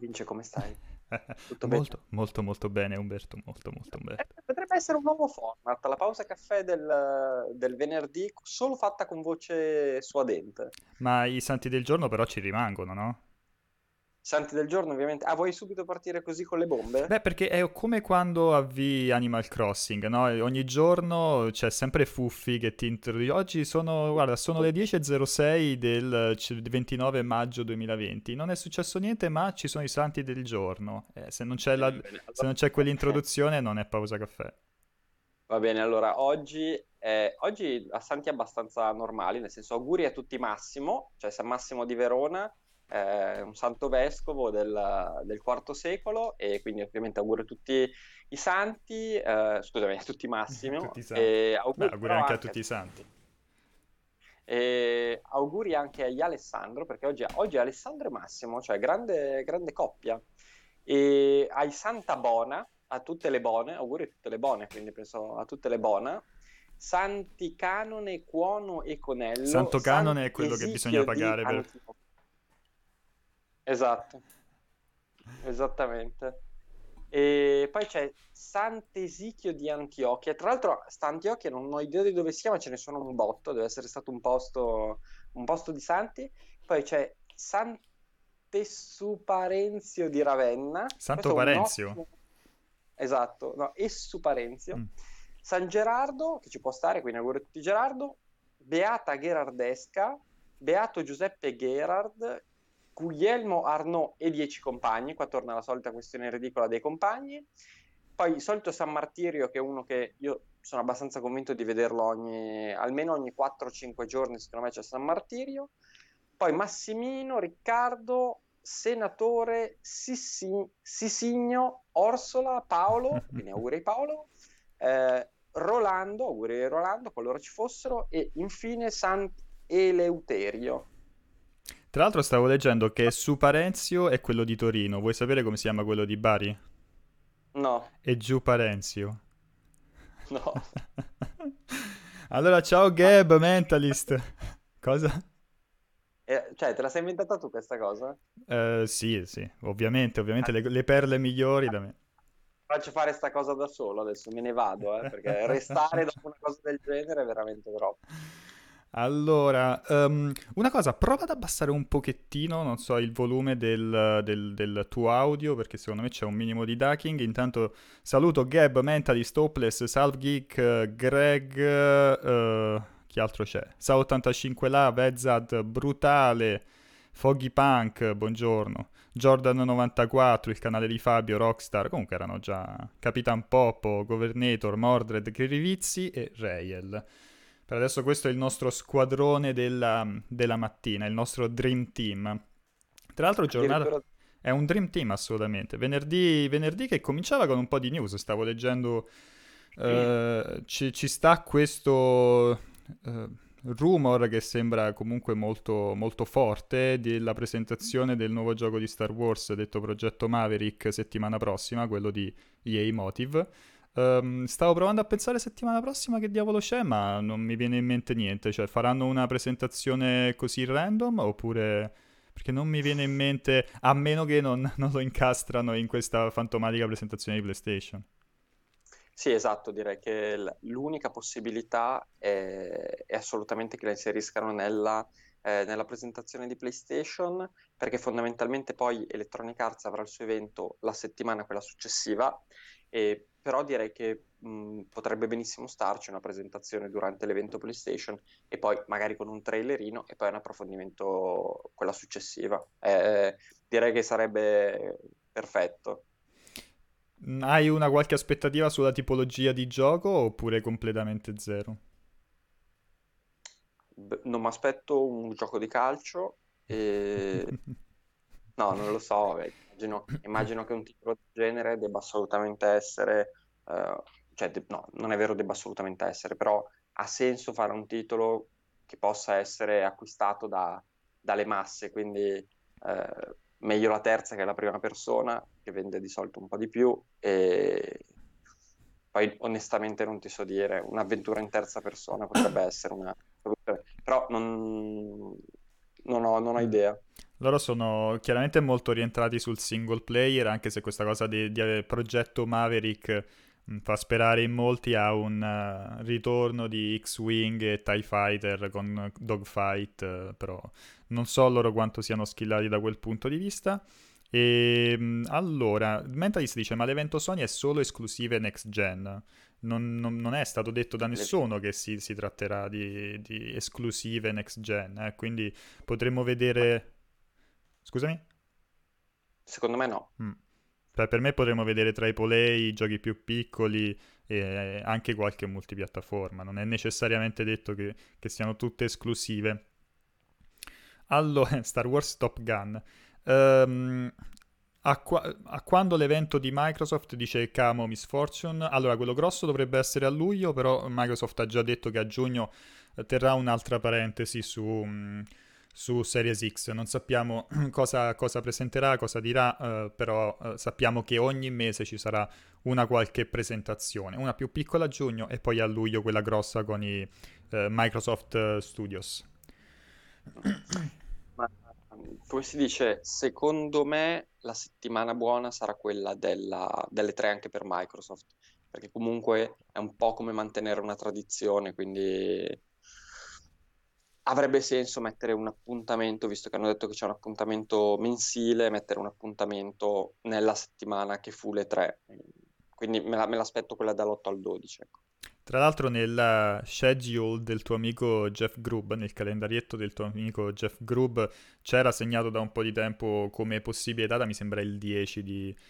Vince, come stai? Tutto bene? Molto, molto, molto bene, Umberto, molto, molto bene. Potrebbe essere un nuovo format, la pausa caffè del venerdì, solo fatta con voce suadente. Ma i santi del giorno però ci rimangono, no? Santi del giorno, ovviamente. Ah, vuoi subito partire così con le bombe? Beh, perché è come quando avvii Animal Crossing, no? E ogni giorno c'è sempre Fuffi che ti introduce. Oggi sono, guarda, sono le 10:06 del 29 maggio 2020. Non è successo niente, ma ci sono i santi del giorno. Se non c'è Bene, se allora, non c'è quell'introduzione, non è pausa caffè. va bene, allora oggi a santi abbastanza normali, nel senso auguri a tutti Massimo, cioè San Massimo di Verona, un santo vescovo del IV secolo e quindi ovviamente auguri a tutti i santi, scusami, a tutti Tutti i Massimo, santi. e Beh, auguri auguri però anche a anche a tutti i santi. e auguri anche agli Alessandro, perché oggi è Alessandro e Massimo, cioè grande, grande coppia. E ai Santa Bona, a tutte le Bone, auguri a tutte le Bone, quindi penso a tutte le Bona. Santi Canone, Cuono e Conello, Santo canone è Santi quello che bisogna Esichio di pagare per... Antiochia. Esatto, esattamente. E poi c'è Sant'Esichio di Antiochia. Tra l'altro, sta Antiochia non ho idea di dove sia, ma ce ne sono un botto. Deve essere stato un posto di santi. Poi c'è Sant'Essuparenzio di Ravenna. Santo Questo è un Parenzio. ottimo. Esatto, no, Essuparenzio. Mm. San Gerardo, che ci può stare, quindi auguro a tutti Gerardo. Beata Gherardesca. Beato Giuseppe Gerard. Guglielmo Arnaud e 10 compagni, qua torna la solita questione ridicola dei compagni, poi il solito San Martirio che è uno che io sono abbastanza convinto di vederlo almeno ogni 4-5 giorni, secondo me c'è San Martirio, poi Massimino, Riccardo, Senatore, Sisigno, Orsola, Paolo, quindi auguri a Paolo, Rolando, auguri a Rolando, qualora ci fossero, e infine Sant'Eleuterio. Tra l'altro stavo leggendo che su Parenzio è quello di Torino. Vuoi sapere come si chiama quello di Bari? No, È giù Parenzio. no. Allora, ciao Ma, Gab, Mentalist. Cosa? cioè, te la sei inventata tu questa cosa? Sì, sì, ovviamente, Ah, ovviamente le perle migliori da me. faccio fare sta cosa da solo, adesso me ne vado, perché restare dopo una cosa del genere è veramente troppo. Allora, una cosa, prova ad abbassare un pochettino, non so, il volume del tuo audio, perché secondo me c'è un minimo di ducking. Intanto saluto Gab, Mentalist, Hopeless, Salve Geek, Greg, chi altro c'è? Sa85 là, Vezad, Brutale, Foggy Punk, buongiorno. Jordan94, il canale di Fabio, Rockstar, comunque erano già Capitan Poppo, Governator, Mordred, Krivizzi e Rael. Per adesso questo è il nostro squadrone della mattina, il nostro Dream Team. Tra l'altro giornata Addirittura è un Dream Team assolutamente. Venerdì che cominciava con un po' di news, stavo leggendo, ci sta questo rumor che sembra comunque molto, molto forte della presentazione del nuovo gioco di Star Wars detto Progetto Maverick settimana prossima, quello di EA Motive. Stavo provando a pensare settimana prossima che diavolo c'è, ma non mi viene in mente niente. Cioè, faranno una presentazione così random oppure... Perché non mi viene in mente, a meno che non lo incastrano in questa fantomatica presentazione di PlayStation. sì, esatto, direi che l'unica possibilità è assolutamente che la inseriscano nella presentazione di PlayStation, perché fondamentalmente poi Electronic Arts avrà il suo evento la settimana quella successiva, però direi che potrebbe benissimo starci una presentazione durante l'evento PlayStation e poi magari con un trailerino e poi un approfondimento quella successiva. Direi che sarebbe perfetto. Hai una qualche aspettativa sulla tipologia di gioco oppure completamente zero? Non mi aspetto un gioco di calcio e no, non lo so, vabbè, immagino che un titolo del genere debba assolutamente essere, cioè no, non è vero debba assolutamente essere, però ha senso fare un titolo che possa essere acquistato dalle masse, quindi meglio la terza che la prima persona, che vende di solito un po' di più, e poi onestamente non ti so dire, un'avventura in terza persona potrebbe essere una soluzione, però non ho Mm. idea. Loro sono chiaramente molto orientati sul single player, anche se questa cosa di progetto Maverick fa sperare in molti a un ritorno di X-Wing e TIE Fighter con dogfight, però non so loro quanto siano skillati da quel punto di vista. E allora, Mentalist dice: Ma l'evento Sony è solo esclusive next gen. Non è stato detto da Le- nessuno che si tratterà di esclusive next gen, quindi potremmo vedere. Scusami? Secondo me no. Mm. Per me potremmo vedere AAA, giochi più piccoli e anche qualche multipiattaforma. Non è necessariamente detto che siano tutte esclusive. Allora, Star Wars Top Gun. Ehm, a quando l'evento di Microsoft dice Camo Miss Fortune? Allora, quello grosso dovrebbe essere a luglio, però Microsoft ha già detto che a giugno terrà un'altra parentesi su Series X. Non sappiamo cosa presenterà, cosa dirà, però sappiamo che ogni mese ci sarà una qualche presentazione, una più piccola a giugno e poi a luglio quella grossa con i Microsoft Studios. Ma come si dice, secondo me la settimana buona sarà quella delle tre anche per Microsoft, perché comunque è un po' come mantenere una tradizione, quindi avrebbe senso mettere un appuntamento, visto che hanno detto che c'è un appuntamento mensile, mettere un appuntamento nella settimana che fu le tre. Quindi me l'aspetto quella dall'8 al 12, ecco. Tra l'altro nella schedule del tuo amico Jeff Grubb, nel calendarietto del tuo amico Jeff Grubb, c'era segnato da un po' di tempo come possibile data, mi sembra il 10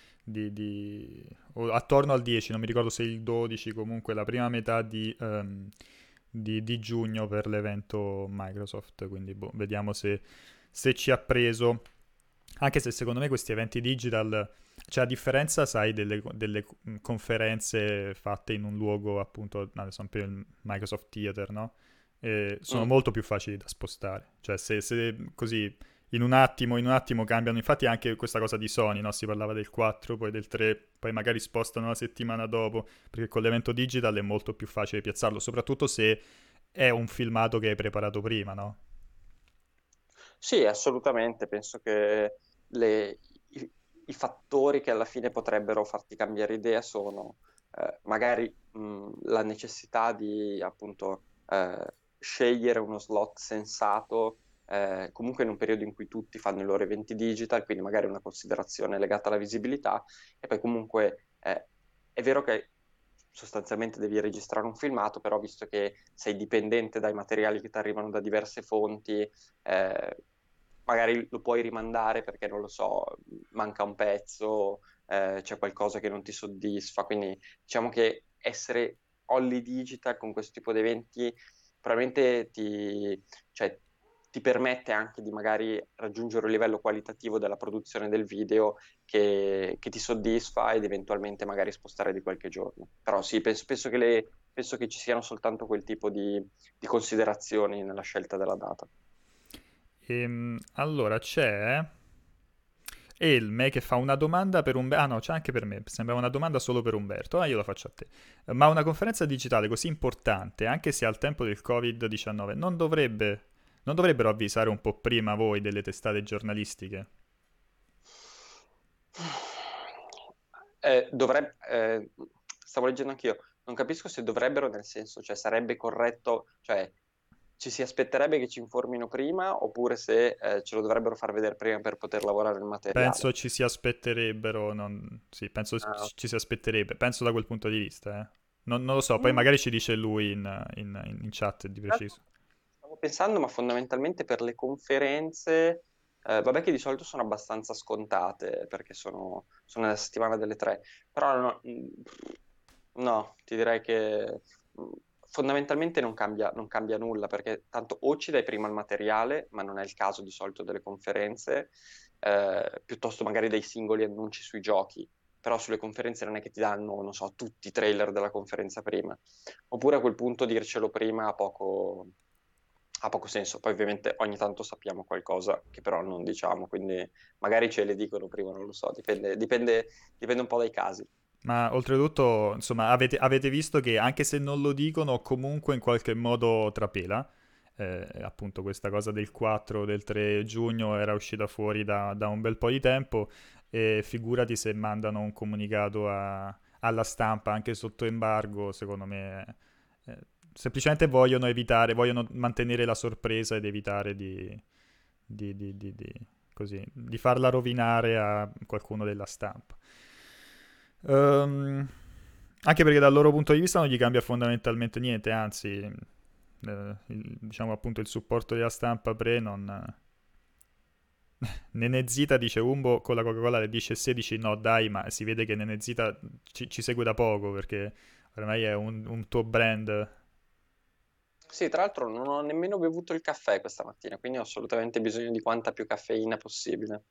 o attorno al 10, non mi ricordo se il 12, comunque la prima metà di giugno per l'evento Microsoft, quindi boh, vediamo se ci ha preso. Anche se secondo me questi eventi digital, cioè a differenza, sai, delle conferenze fatte in un luogo, appunto, ad esempio il Microsoft Theater, no? Sono Mm. molto più facili da spostare. Cioè se così in un attimo cambiano, infatti anche questa cosa di Sony, no? Si parlava del 4, poi del 3, poi magari spostano la settimana dopo, perché con l'evento digital è molto più facile piazzarlo, soprattutto se è un filmato che hai preparato prima, no? Sì, assolutamente. Penso che i, i fattori che alla fine potrebbero farti cambiare idea sono magari la necessità di appunto scegliere uno slot sensato, comunque in un periodo in cui tutti fanno i loro eventi digital, quindi magari una considerazione legata alla visibilità, e poi comunque è vero che sostanzialmente devi registrare un filmato, però visto che sei dipendente dai materiali che ti arrivano da diverse fonti, eh, magari lo puoi rimandare perché non lo so, manca un pezzo, c'è qualcosa che non ti soddisfa. Quindi diciamo che essere only digital con questo tipo di eventi probabilmente cioè, ti permette anche di magari raggiungere un livello qualitativo della produzione del video che ti soddisfa ed eventualmente magari spostare di qualche giorno. Però sì, penso che ci siano soltanto quel tipo di considerazioni nella scelta della data. Allora c'è Elme che fa una domanda per Umberto. Ah no, c'è anche per me. Sembra una domanda solo per Umberto. Ah, io la faccio a te. Ma una conferenza digitale così importante, anche se al tempo del Covid-19, non dovrebbero avvisare un po' prima voi delle testate giornalistiche? Stavo leggendo anch'io, non capisco se dovrebbero, nel senso, cioè sarebbe corretto, cioè ci si aspetterebbe che ci informino prima oppure se ce lo dovrebbero far vedere prima per poter lavorare il materiale. Penso ci si aspetterebbero. Sì, penso Ah, ci si aspetterebbe. Penso da quel punto di vista, eh. Non lo so, poi mm, magari ci dice lui in chat di preciso. Stavo pensando, ma fondamentalmente per le conferenze, vabbè che di solito sono abbastanza scontate perché sono nella settimana delle tre, però no, no, ti direi che mh, fondamentalmente non cambia nulla perché tanto o ci dai prima il materiale, ma non è il caso di solito delle conferenze, piuttosto magari dei singoli annunci sui giochi, però sulle conferenze non è che ti danno, non so, tutti i trailer della conferenza prima. Oppure a quel punto dircelo prima ha poco senso. Poi ovviamente ogni tanto sappiamo qualcosa che però non diciamo, quindi magari ce le dicono prima, non lo so, dipende un po' dai casi. Ma oltretutto, insomma, avete visto che anche se non lo dicono, comunque in qualche modo trapela. appunto questa cosa del 4, del 3 giugno era uscita fuori da un bel po' di tempo e figurati se mandano un comunicato alla stampa anche sotto embargo, secondo me semplicemente vogliono evitare, vogliono mantenere la sorpresa ed evitare di farla rovinare a qualcuno della stampa. Ehm, Anche perché dal loro punto di vista non gli cambia fondamentalmente niente, anzi, diciamo appunto il supporto della stampa pre non... Nenezita dice Umbo con la Coca-Cola le dice 16, no dai, ma si vede che Nenezita ci segue da poco perché ormai è un tuo brand. Sì, tra l'altro non ho nemmeno bevuto il caffè questa mattina, quindi ho assolutamente bisogno di quanta più caffeina possibile.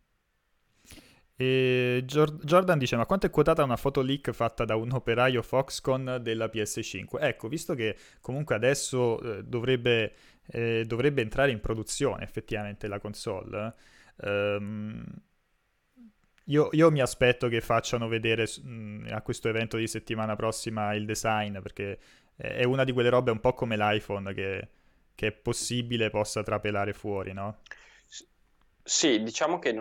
E Jordan dice: Ma quanto è quotata una foto leak fatta da un operaio Foxconn della PS5? Ecco, visto che comunque adesso dovrebbe entrare in produzione effettivamente la console, ehm, io mi aspetto che facciano vedere a questo evento di settimana prossima il design, perché è una di quelle robe un po' come l'iPhone che è possibile possa trapelare fuori, no? S- Sì, diciamo che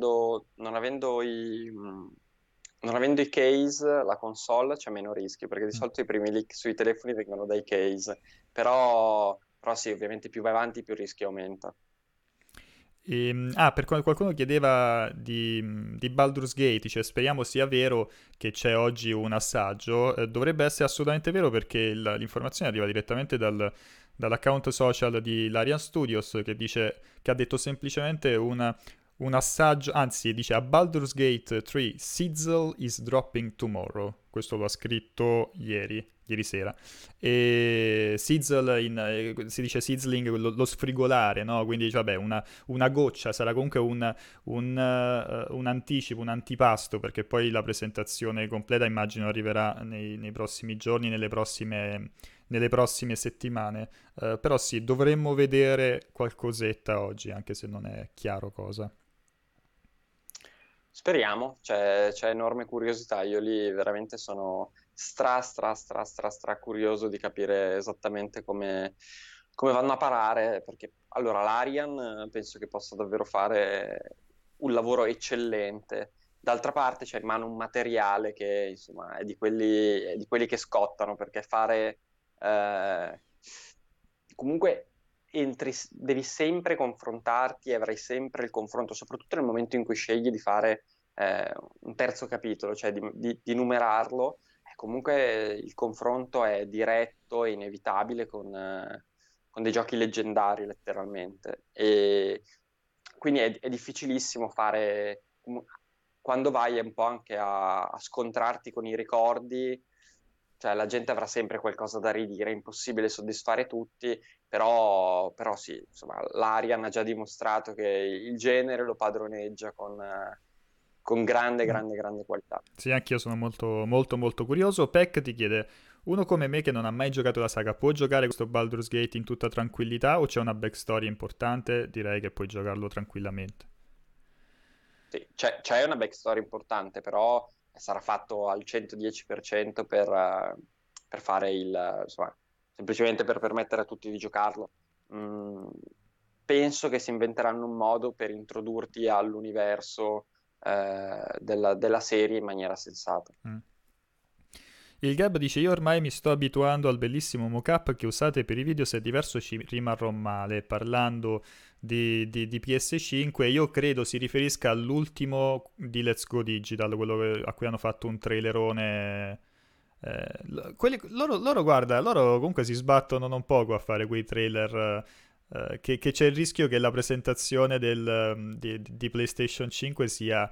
non avendo i case, la console c'è meno rischio, perché di Mm. solito i primi leak sui telefoni vengono dai case, però sì, ovviamente più vai avanti più il rischio aumenta. Per qualcuno chiedeva di Baldur's Gate, cioè speriamo sia vero che c'è oggi un assaggio. Dovrebbe essere assolutamente vero perché l'informazione arriva direttamente dall'account social di Larian Studios che dice che ha detto semplicemente un assaggio, anzi dice a Baldur's Gate 3 Sizzle is dropping tomorrow. Questo lo ha scritto ieri sera. E sizzle si dice sizzling, lo sfrigolare, no? Quindi dice, vabbè, una goccia sarà comunque un anticipo, un antipasto, perché poi la presentazione completa immagino arriverà nei prossimi giorni, nelle prossime settimane. Però sì, dovremmo vedere qualcosetta oggi, anche se non è chiaro cosa. Speriamo, c'è enorme curiosità, io lì veramente sono stra curioso di capire esattamente come vanno a parare, perché allora l'Arian penso che possa davvero fare un lavoro eccellente. D'altra parte c'è in mano un materiale che insomma è di quelli che scottano, perché fare comunque devi sempre confrontarti e avrai sempre il confronto, soprattutto nel momento in cui scegli di fare un terzo capitolo, cioè di numerarlo. Comunque il confronto è diretto e inevitabile con dei giochi leggendari, letteralmente. E quindi è difficilissimo fare, quando vai un po' anche a scontrarti con i ricordi, cioè la gente avrà sempre qualcosa da ridire, è impossibile soddisfare tutti, però sì, insomma, l'Arian ha già dimostrato che il genere lo padroneggia con Mm. grande qualità. Sì, anch'io sono molto curioso. Peck ti chiede, uno come me che non ha mai giocato la saga, può giocare questo Baldur's Gate in tutta tranquillità o c'è una backstory importante? Direi che puoi giocarlo tranquillamente. Sì, c'è una backstory importante, però sarà fatto al 110% per fare insomma, semplicemente per permettere a tutti di giocarlo. Mm, penso che si inventeranno un modo per introdurti all'universo della serie in maniera sensata. Mm. Il Gab dice: Io ormai mi sto abituando al bellissimo mocap che usate per i video. Se è diverso, ci rimarrò male. Parlando di PS5, io credo si riferisca all'ultimo di Let's Go Digital, a cui hanno fatto un trailerone. Loro, guarda, loro comunque si sbattono non poco a fare quei trailer. Che c'è il rischio che la presentazione di PlayStation 5 sia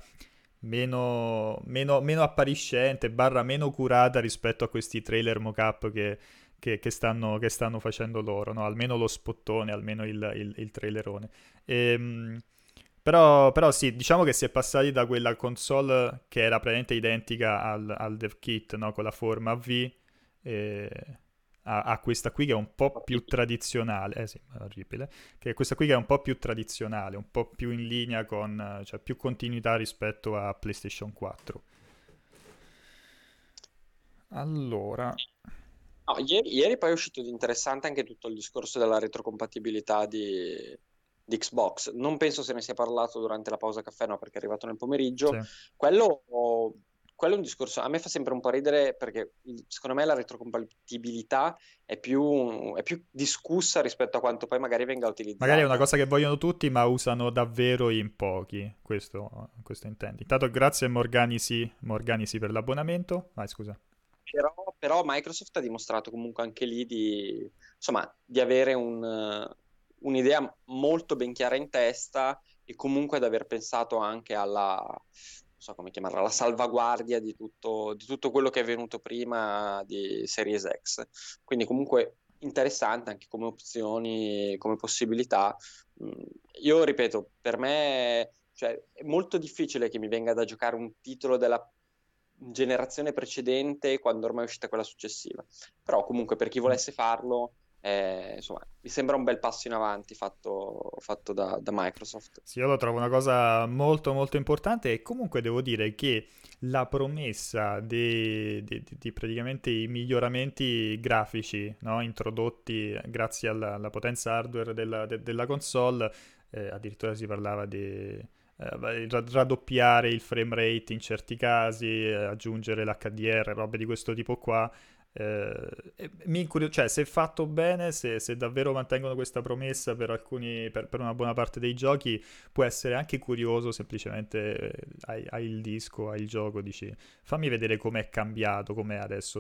meno appariscente, barra meno curata rispetto a questi trailer mock-up che stanno facendo loro, no? Almeno lo spottone, almeno il trailerone. Ehm, però sì, diciamo che si è passati da quella console che era praticamente identica al dev kit, no? Con la forma V, eh, a questa qui che è un po' più Orribile. tradizionale, sì, è orribile, che questa qui che è un po' più tradizionale, un po' più in linea con, cioè più continuità rispetto a PlayStation 4. Allora, No, ieri poi è uscito di interessante anche tutto il discorso della retrocompatibilità di Xbox. Non penso se ne sia parlato durante la pausa caffè, no, perché è arrivato nel Sì. pomeriggio. Quello, quello è un discorso, a me fa sempre un po' ridere perché secondo me la retrocompatibilità è più discussa rispetto a quanto poi magari venga Magari è una utilizzata. cosa che vogliono tutti, ma usano davvero in pochi. Questo intendi. Intanto grazie Morganisi per l'abbonamento. Vai, scusa. Però Microsoft ha dimostrato comunque anche lì insomma, di avere un'idea molto ben chiara in testa e comunque ad aver pensato anche non so come chiamarla, alla salvaguardia di tutto quello che è venuto prima di Series X. Quindi comunque interessante anche come opzioni, come possibilità. Mm, Io ripeto, per me, cioè, è molto difficile che mi venga da giocare un titolo della generazione precedente quando ormai è uscita quella successiva. Però comunque per chi Mm. volesse farlo, insomma, mi sembra un bel passo in avanti fatto da Microsoft. Sì, io lo trovo una cosa molto molto importante e comunque devo dire che la promessa di praticamente i miglioramenti grafici, no, introdotti grazie alla potenza hardware della console, addirittura si parlava di raddoppiare il frame rate in certi casi, aggiungere l'HDR, robe di questo tipo qua. Cioè, se fatto bene, se davvero mantengono questa promessa per per una buona parte dei giochi, può essere anche curioso. Semplicemente hai il disco, hai il gioco, dici fammi vedere com'è cambiato, com'è adesso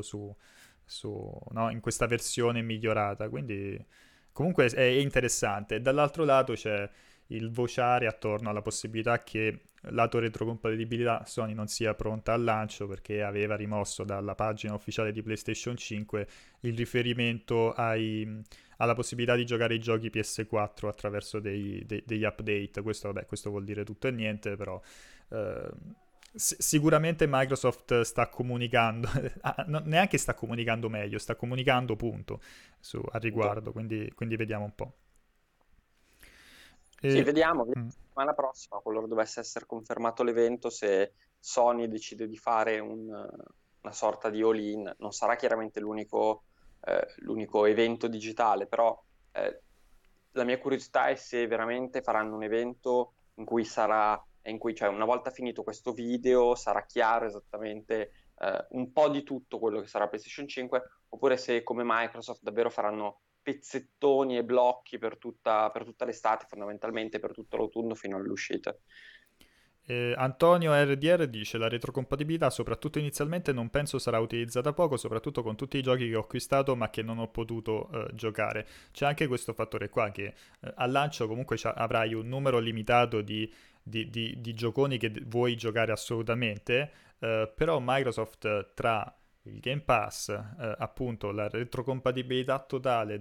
no, in questa versione migliorata. Quindi comunque è interessante. Dall'altro lato c'è il vociare attorno alla possibilità che lato retrocompatibilità Sony non sia pronta al lancio perché aveva rimosso dalla pagina ufficiale di PlayStation 5 il riferimento alla possibilità di giocare i giochi PS4 attraverso degli update. Questo, vabbè, questo vuol dire tutto e niente, però eh, sicuramente Microsoft sta comunicando, neanche sta comunicando meglio, sta comunicando punto al Appunto. riguardo, quindi vediamo un po'. Sì, E, vediamo mm, la settimana prossima, qualora dovesse essere confermato l'evento, se Sony decide di fare una sorta di all-in. Non sarà chiaramente l'unico evento digitale, però eh, la mia curiosità è se veramente faranno un evento in cui, cioè, una volta finito questo video, sarà chiaro esattamente un po' di tutto quello che sarà PlayStation 5, oppure se come Microsoft davvero faranno pezzettoni e blocchi per tutta l'estate, fondamentalmente per tutto l'autunno fino all'uscita. Antonio RDR dice la retrocompatibilità soprattutto inizialmente non penso sarà utilizzata poco, soprattutto con tutti i giochi che ho acquistato ma che non ho potuto giocare. C'è anche questo fattore qua che al lancio comunque avrai un numero limitato di gioconi che vuoi giocare assolutamente, però Microsoft tra il Game Pass, appunto la retrocompatibilità totale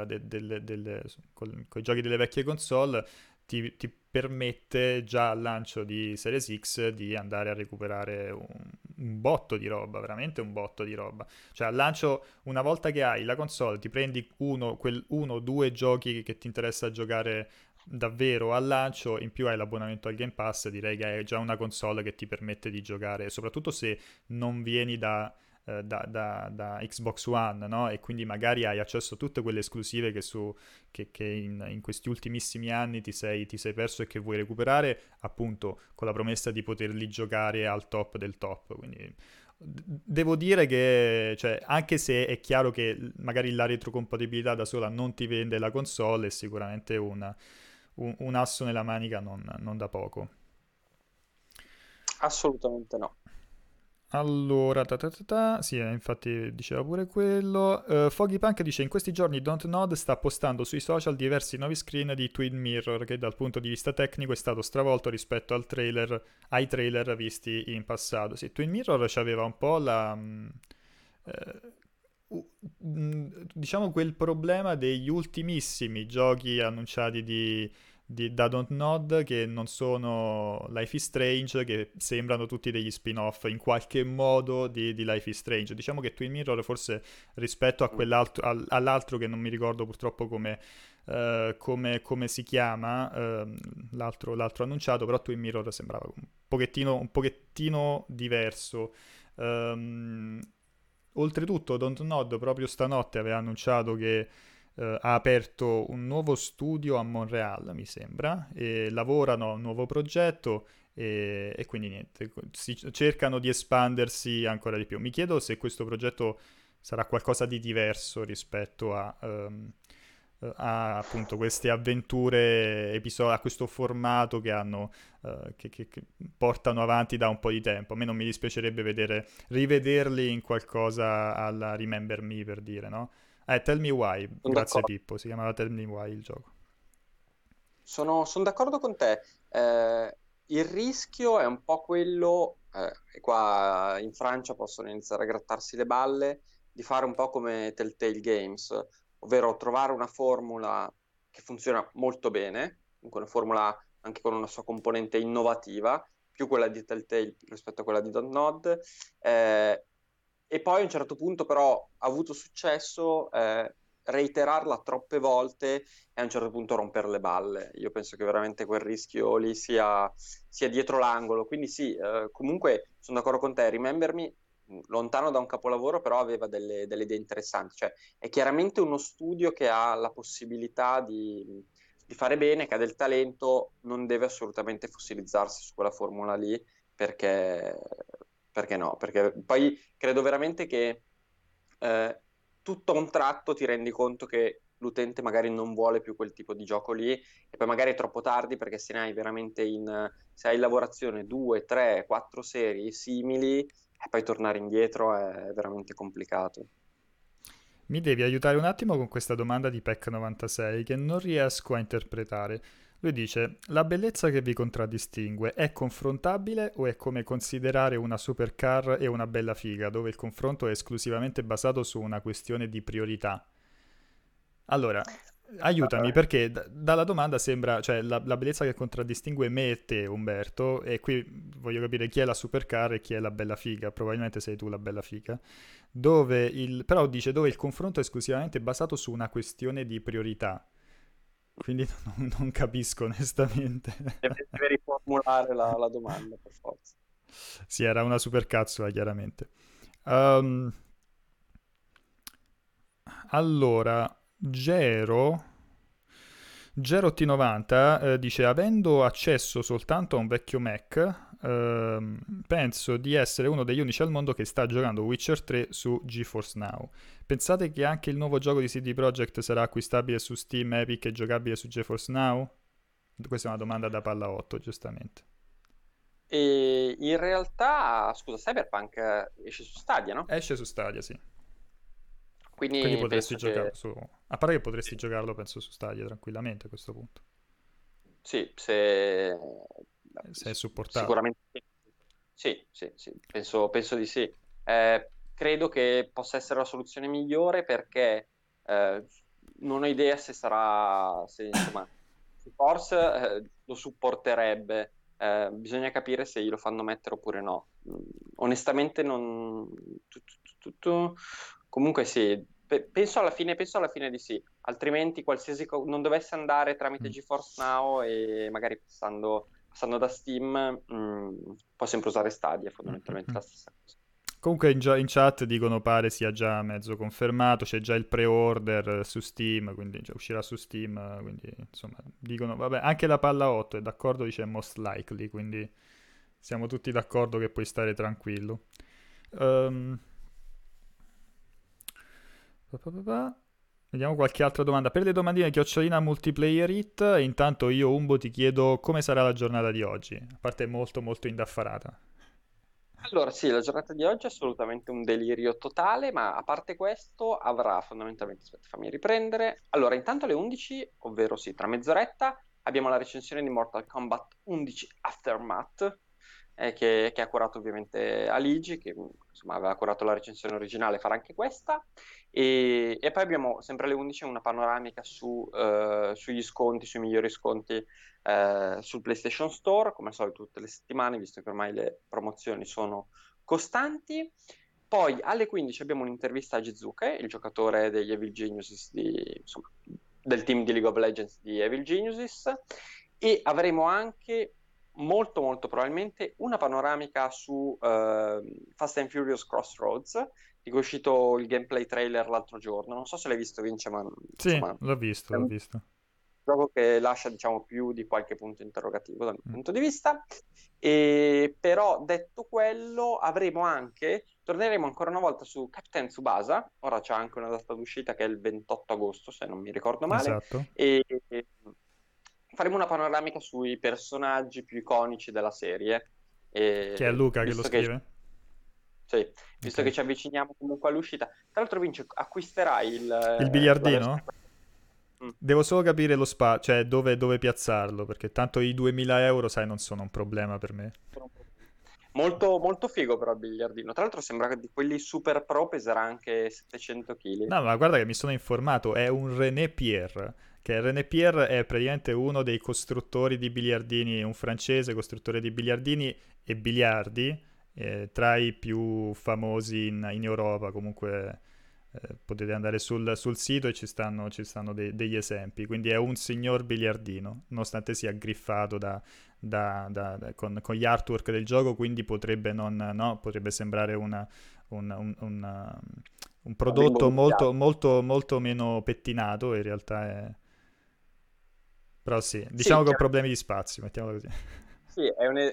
con i giochi delle vecchie console ti permette già al lancio di Series X di andare a recuperare un botto di roba, veramente un botto di roba. Cioè al lancio, una volta che hai la console, ti prendi uno o due giochi che ti interessa giocare davvero al lancio, in più hai l'abbonamento al Game Pass, direi che è già una console che ti permette di giocare, soprattutto se non vieni da Xbox One, no? E quindi magari hai accesso a tutte quelle esclusive che in questi ultimissimi anni ti sei perso e che vuoi recuperare, appunto con la promessa di poterli giocare al top del top. Quindi devo dire che, cioè, anche se è chiaro che magari la retrocompatibilità da sola non ti vende la console, è sicuramente un asso nella manica non da poco. Assolutamente no. Allora, sì, infatti diceva pure quello. Foggy Punk dice: in questi giorni Don't Nod sta postando sui social diversi nuovi screen di Twin Mirror, che dal punto di vista tecnico è stato stravolto rispetto ai trailer visti in passato. Sì, Twin Mirror c'aveva un po' eh, diciamo quel problema degli ultimissimi giochi annunciati da Don't Nod che non sono Life is Strange, che sembrano tutti degli spin-off in qualche modo di Life is Strange. Diciamo che Twin Mirror forse rispetto a Mm. all'altro che non mi ricordo purtroppo come si chiama, l'altro annunciato, però Twin Mirror sembrava un pochettino diverso. Ehm, Oltretutto, Dontnod proprio stanotte aveva annunciato che ha aperto un nuovo studio a Montreal, mi sembra, e lavorano a un nuovo progetto e quindi niente, cercano di espandersi ancora di più. Mi chiedo se questo progetto sarà qualcosa di diverso rispetto a appunto queste avventure a questo formato che hanno che portano avanti da un po' di tempo. A me non mi dispiacerebbe rivederli in qualcosa alla Remember Me, per dire, no? Tell Me Why, Sono grazie d'accordo. Pippo, si chiamava Tell Me Why il gioco. Sono d'accordo con te. Il rischio è un po' quello, e qua in Francia possono iniziare a grattarsi le balle, di fare un po' come Telltale Games, ovvero trovare una formula che funziona molto bene, comunque una formula anche con una sua componente innovativa, più quella di Telltale rispetto a quella di Dontnod, e poi a un certo punto però ha avuto successo, reiterarla troppe volte e a un certo punto rompere le balle. Io penso che veramente quel rischio lì sia dietro l'angolo. Quindi sì, comunque sono d'accordo con te. Remember Me, lontano da un capolavoro, però aveva delle idee interessanti. Cioè, è chiaramente uno studio che ha la possibilità di fare bene, che ha del talento, non deve assolutamente fossilizzarsi su quella formula lì, perché, perché no? Perché poi credo veramente che eh, tutto a un tratto ti rendi conto che l'utente magari non vuole più quel tipo di gioco lì e poi magari è troppo tardi perché se ne hai veramente se hai in lavorazione due, tre, quattro serie simili e poi tornare indietro è veramente complicato. Mi devi aiutare un attimo con questa domanda di PEC96 che non riesco a interpretare. Lui dice: la bellezza che vi contraddistingue è confrontabile o è come considerare una supercar e una bella figa, dove il confronto è esclusivamente basato su una questione di priorità? Allora, aiutami Eh, perché dalla domanda sembra, cioè la bellezza che contraddistingue me e te, Umberto, e qui voglio capire chi è la supercar e chi è la bella figa, probabilmente sei tu la bella figa, però dice dove il confronto è esclusivamente basato su una questione di priorità, quindi non capisco onestamente. deve riformulare la domanda per forza. Sì, era una supercazzola chiaramente. Ehm, allora, Gero T90 dice: avendo accesso soltanto a un vecchio Mac, penso di essere uno degli unici al mondo che sta giocando Witcher 3 su GeForce Now. Pensate che anche il nuovo gioco di CD Projekt sarà acquistabile su Steam, Epic e giocabile su GeForce Now? Questa è una domanda da palla 8, giustamente. E in realtà, scusa, Cyberpunk esce su Stadia, no? Esce su Stadia, sì. Quindi Quindi potresti penso che giocarlo su. A parte che potresti giocarlo, penso, su Stadia tranquillamente a questo punto. sì, se Se è supportato. sicuramente sì, sì, sì, penso di sì. Credo che possa essere la soluzione migliore perché non ho idea se sarà, se insomma, se forse lo supporterebbe. Bisogna capire se glielo fanno mettere oppure no. Onestamente non. Comunque sì, penso alla fine di sì, altrimenti qualsiasi non dovesse andare tramite Mm. GeForce Now e magari passando da Steam, può sempre usare Stadia, è Mm, mm, fondamentalmente mm. la stessa cosa. Comunque in chat dicono pare sia già mezzo confermato, c'è già il pre-order su Steam, quindi già uscirà su Steam, quindi insomma dicono, vabbè, anche la palla 8 è d'accordo, dice most likely, quindi siamo tutti d'accordo che puoi stare tranquillo. Ehm, pa, pa, pa, pa. Vediamo qualche altra domanda. Per le domandine chiocciolina multiplayer hit, intanto io Umbo ti chiedo come sarà la giornata di oggi, a parte molto molto indaffarata. Allora, sì, la giornata di oggi è assolutamente un delirio totale, ma a parte questo avrà fondamentalmente, aspetta, fammi riprendere. Allora, intanto alle 11, ovvero sì, tra mezz'oretta, abbiamo la recensione di Mortal Kombat 11 Aftermath, che ha curato ovviamente Aligi, che insomma aveva curato la recensione originale, farà anche questa. E poi abbiamo sempre alle 11 una panoramica sugli sconti, sui migliori sconti sul PlayStation Store, come al solito tutte le settimane, visto che ormai le promozioni sono costanti. Poi alle 15 abbiamo un'intervista a Jizuke, il giocatore degli Evil Geniuses, insomma, del team di League of Legends di Evil Geniuses, e avremo anche molto molto probabilmente una panoramica su Fast and Furious Crossroads, di cui è uscito il gameplay trailer l'altro giorno. Non so se l'hai visto, Vince, ma Sì, insomma l'ho visto, è l'ho un visto. gioco che lascia, diciamo, più di qualche punto interrogativo dal mio Mm. punto di vista. E però detto quello, torneremo ancora una volta su Captain Tsubasa. Ora c'è anche una data d'uscita che è il 28 agosto, se non mi ricordo male, Esatto. e faremo una panoramica sui personaggi più iconici della serie. Che è E Luca che lo scrive? sì, Ok. visto che ci avviciniamo comunque all'uscita, tra l'altro, Vince, acquisterai Il la versione. biliardino? Mm. Devo solo capire lo spazio, cioè dove piazzarlo, perché tanto i 2000 euro, sai, non sono un problema per me. Molto, molto figo però il biliardino. Tra l'altro sembra che di quelli super pro peserà anche 700 kg. No, ma guarda che mi sono informato, è un René Pierre, che René Pierre è praticamente uno dei costruttori di biliardini, un francese costruttore di biliardini e biliardi, tra i più famosi in Europa, comunque potete andare sul sito e ci stanno degli esempi, quindi è un signor biliardino, nonostante sia griffato con gli artwork del gioco, quindi potrebbe, non, no, potrebbe sembrare un Un bimbo prodotto molto, viziato. molto, molto meno pettinato, in realtà è... Però sì, diciamo Sì, che ho problemi di spazio, mettiamola così. sì,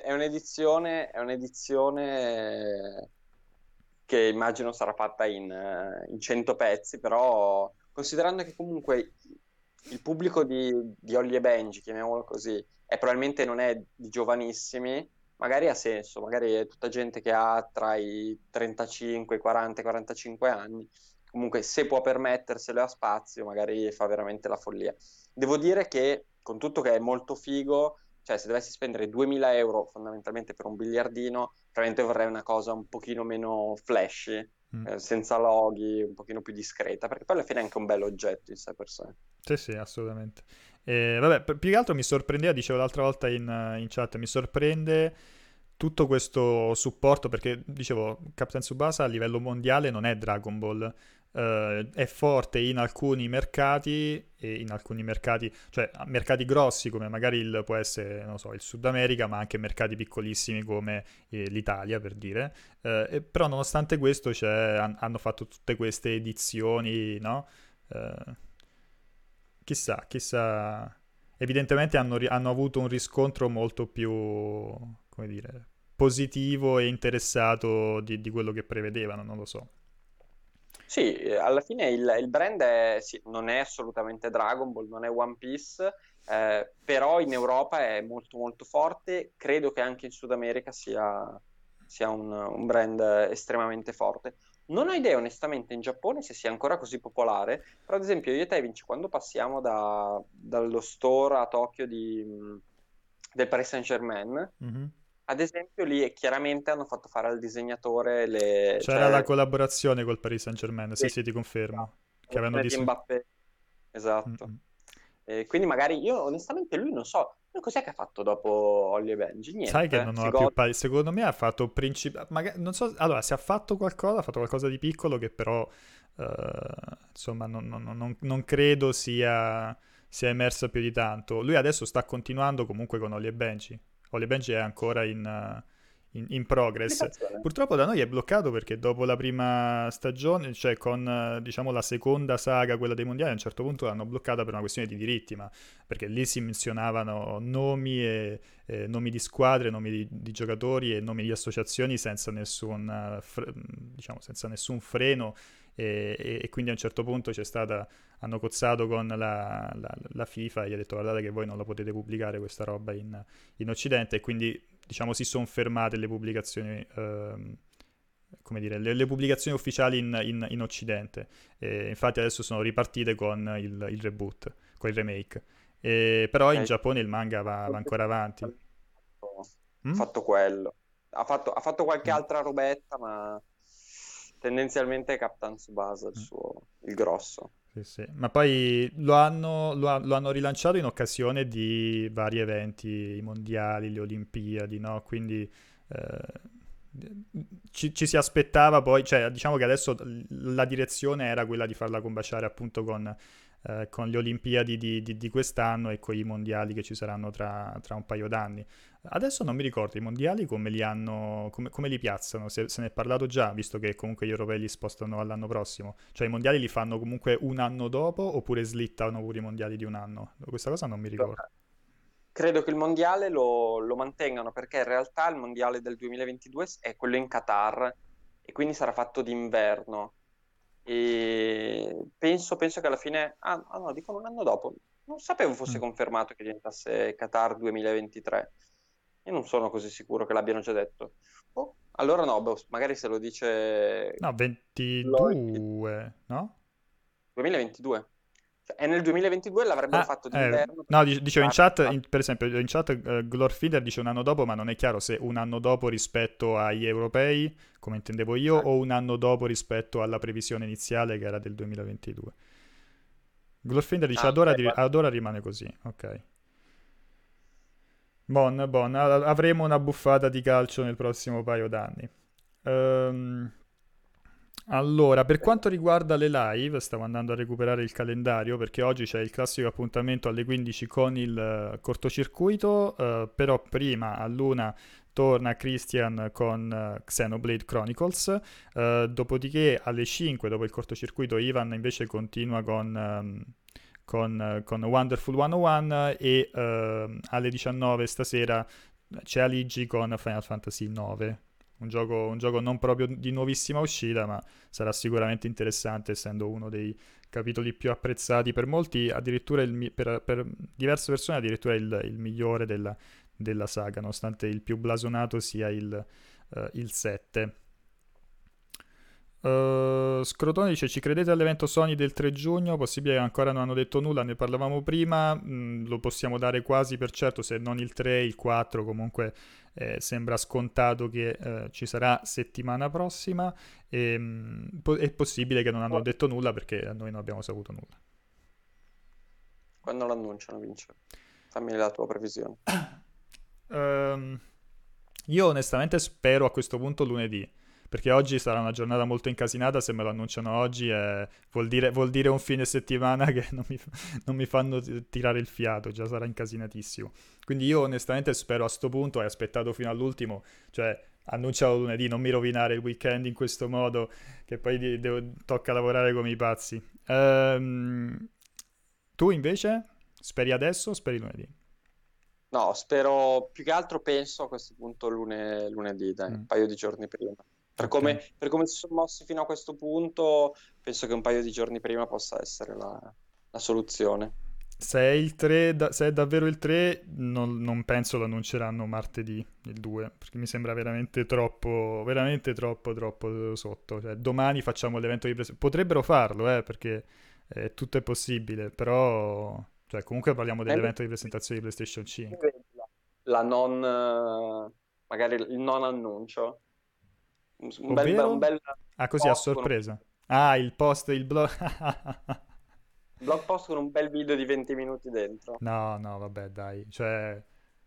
è un'edizione che immagino sarà fatta in 100 pezzi, però considerando che comunque il pubblico di Holly e Benji, chiamiamolo così, probabilmente non è di giovanissimi, magari ha senso, magari è tutta gente che ha tra i 35, i 40 e i 45 anni, comunque se può permetterselo e ha spazio, magari fa veramente la follia. Devo dire che con tutto che è molto figo, cioè se dovessi spendere 2000 euro fondamentalmente per un biliardino, probabilmente vorrei una cosa un pochino meno flashy, Mm. senza loghi, un pochino più discreta, perché poi alla fine è anche un bel oggetto in sé per sé. Sì, sì, assolutamente. Vabbè, più che altro mi sorprendeva, dicevo l'altra volta in chat, mi sorprende tutto questo supporto perché, dicevo, Captain Tsubasa a livello mondiale non è Dragon Ball. È forte in alcuni mercati, e in alcuni mercati, cioè mercati grossi come magari può essere, non so, il Sud America, ma anche mercati piccolissimi come l'Italia, per dire. Però nonostante questo hanno fatto tutte queste edizioni, no? Eh, chissà, chissà. Evidentemente hanno avuto un riscontro molto più, come dire, positivo e interessato di quello che prevedevano, non lo so. Sì, alla fine il brand sì, non è assolutamente Dragon Ball, non è One Piece, però in Europa è molto molto forte, credo che anche in Sud America sia un brand estremamente forte. Non ho idea onestamente in Giappone se sia ancora così popolare, però ad esempio io e te, Vinci, quando passiamo dallo store a Tokyo del Paris Saint-Germain, Mhm. ad esempio lì chiaramente hanno fatto fare al disegnatore C'era la cioè, collaborazione col Paris Saint-Germain, sì, sì, sì, ti confermo. la Che avevano versione di disegnato. Mbappé, esatto. Quindi magari io onestamente lui non so, lui cos'è che ha fatto dopo Holly e Benji? Sai che Niente, non ho si la più gode. secondo me ha fatto non so, allora se ha fatto qualcosa, ha fatto qualcosa di piccolo che però insomma non credo sia emerso più di tanto. Lui adesso sta continuando comunque con Oli e Benji. Oli e Benji è ancora in progress. Applicazione. Purtroppo da noi è bloccato perché dopo la prima stagione, cioè con diciamo la seconda saga, quella dei mondiali, a un certo punto l'hanno bloccata per una questione di diritti, ma perché lì si menzionavano nomi di squadre, nomi di giocatori e nomi di associazioni senza diciamo, senza nessun freno e quindi a un certo punto hanno cozzato con la FIFA e gli ha detto guardate che voi non la potete pubblicare questa roba in Occidente e quindi diciamo si sono fermate le pubblicazioni come dire, le pubblicazioni ufficiali in Occidente. Infatti adesso sono ripartite con il reboot, con il remake. Però in Ok. Giappone il manga va ancora avanti. Ha Mm? fatto quello. Ha fatto qualche Mm. altra robetta, ma tendenzialmente è Captain Tsubasa Mm. il grosso. Sì, sì. Ma poi lo hanno rilanciato in occasione di vari eventi, i mondiali, le Olimpiadi, no? Quindi ci si aspettava poi, cioè diciamo che adesso la direzione era quella di farla combaciare appunto con le Olimpiadi di quest'anno e con i mondiali che ci saranno tra un paio d'anni. Adesso non mi ricordo i mondiali come li hanno, come li piazzano, se ne è parlato già, visto che comunque gli europei li spostano all'anno prossimo. Cioè i mondiali li fanno comunque un anno dopo oppure slittano pure i mondiali di un anno? Questa cosa non mi ricordo. Credo che il mondiale lo mantengano perché in realtà il mondiale del 2022 è quello in Qatar e quindi sarà fatto d'inverno. E penso che alla fine... no, dicono un anno dopo. Non sapevo fosse Mm. confermato che diventasse Qatar 2023. Io non sono così sicuro che l'abbiano già detto. Oh, allora no, boh, magari se lo dice No, Lloyd 22, no? 2022. Cioè, è nel 2022 l'avrebbero Ah, fatto d'inverno no, perché dicevo in Qatar chat, fa- per esempio, in chat Glorfinder dice un anno dopo, ma non è chiaro se un anno dopo rispetto agli europei, come intendevo io, o un anno dopo rispetto alla previsione iniziale che era del 2022. Glorfinder dice Ah, ok, guarda. ad ora rimane così, ok. Bon, avremo una buffata di calcio nel prossimo paio d'anni. Ehm, allora, per quanto riguarda le live, stavo andando a recuperare il calendario perché oggi c'è il classico appuntamento alle 15 con il cortocircuito, però prima all'una torna Christian con Xenoblade Chronicles, dopodiché alle 5 dopo il cortocircuito Ivan invece continua con Wonderful 101 e alle 19 stasera c'è Aligi con Final Fantasy 9. Un gioco non proprio di nuovissima uscita, ma sarà sicuramente interessante, essendo uno dei capitoli più apprezzati per molti, addirittura per diverse persone addirittura il migliore della saga, nonostante il più blasonato sia il 7. Scrotone dice: ci credete all'evento Sony del 3 giugno? Possibile che ancora non hanno detto nulla, ne parlavamo prima. Lo possiamo dare quasi per certo, se non il 3, il 4. Comunque sembra scontato che ci sarà settimana prossima. E, è possibile che non hanno detto nulla perché noi non abbiamo saputo nulla. Quando lo annunciano, Vince? Fammi la tua previsione. Ehm, io onestamente spero a questo punto lunedì. Perché oggi sarà una giornata molto incasinata, se me lo annunciano oggi vuol dire un fine settimana che non mi fanno tirare il fiato, già sarà incasinatissimo. Quindi io onestamente spero a sto punto, hai aspettato fino all'ultimo, cioè annuncialo lunedì, non mi rovinare il weekend in questo modo, che poi tocca lavorare come i pazzi. Tu invece? Speri adesso o speri lunedì? No, spero, più che altro penso a questo punto lunedì, dai, un Mm, paio di giorni prima. ok. Per come si sono mossi fino a questo punto, penso che un paio di giorni prima possa essere la soluzione. Se è il 3, se è davvero il 3, non penso lo annunceranno martedì, il 2, perché mi sembra veramente troppo sotto. Cioè, domani facciamo l'evento di presentazione. Potrebbero farlo, perché tutto è possibile, però... Cioè, comunque parliamo Ma dell'evento di presentazione di PlayStation 5. invece la non, magari il non annuncio, un Ovvero? bel Ah, così a post con sorpresa. Ah, il post, il blog... un blog post con un bel video di 20 minuti dentro. No, vabbè, dai, cioè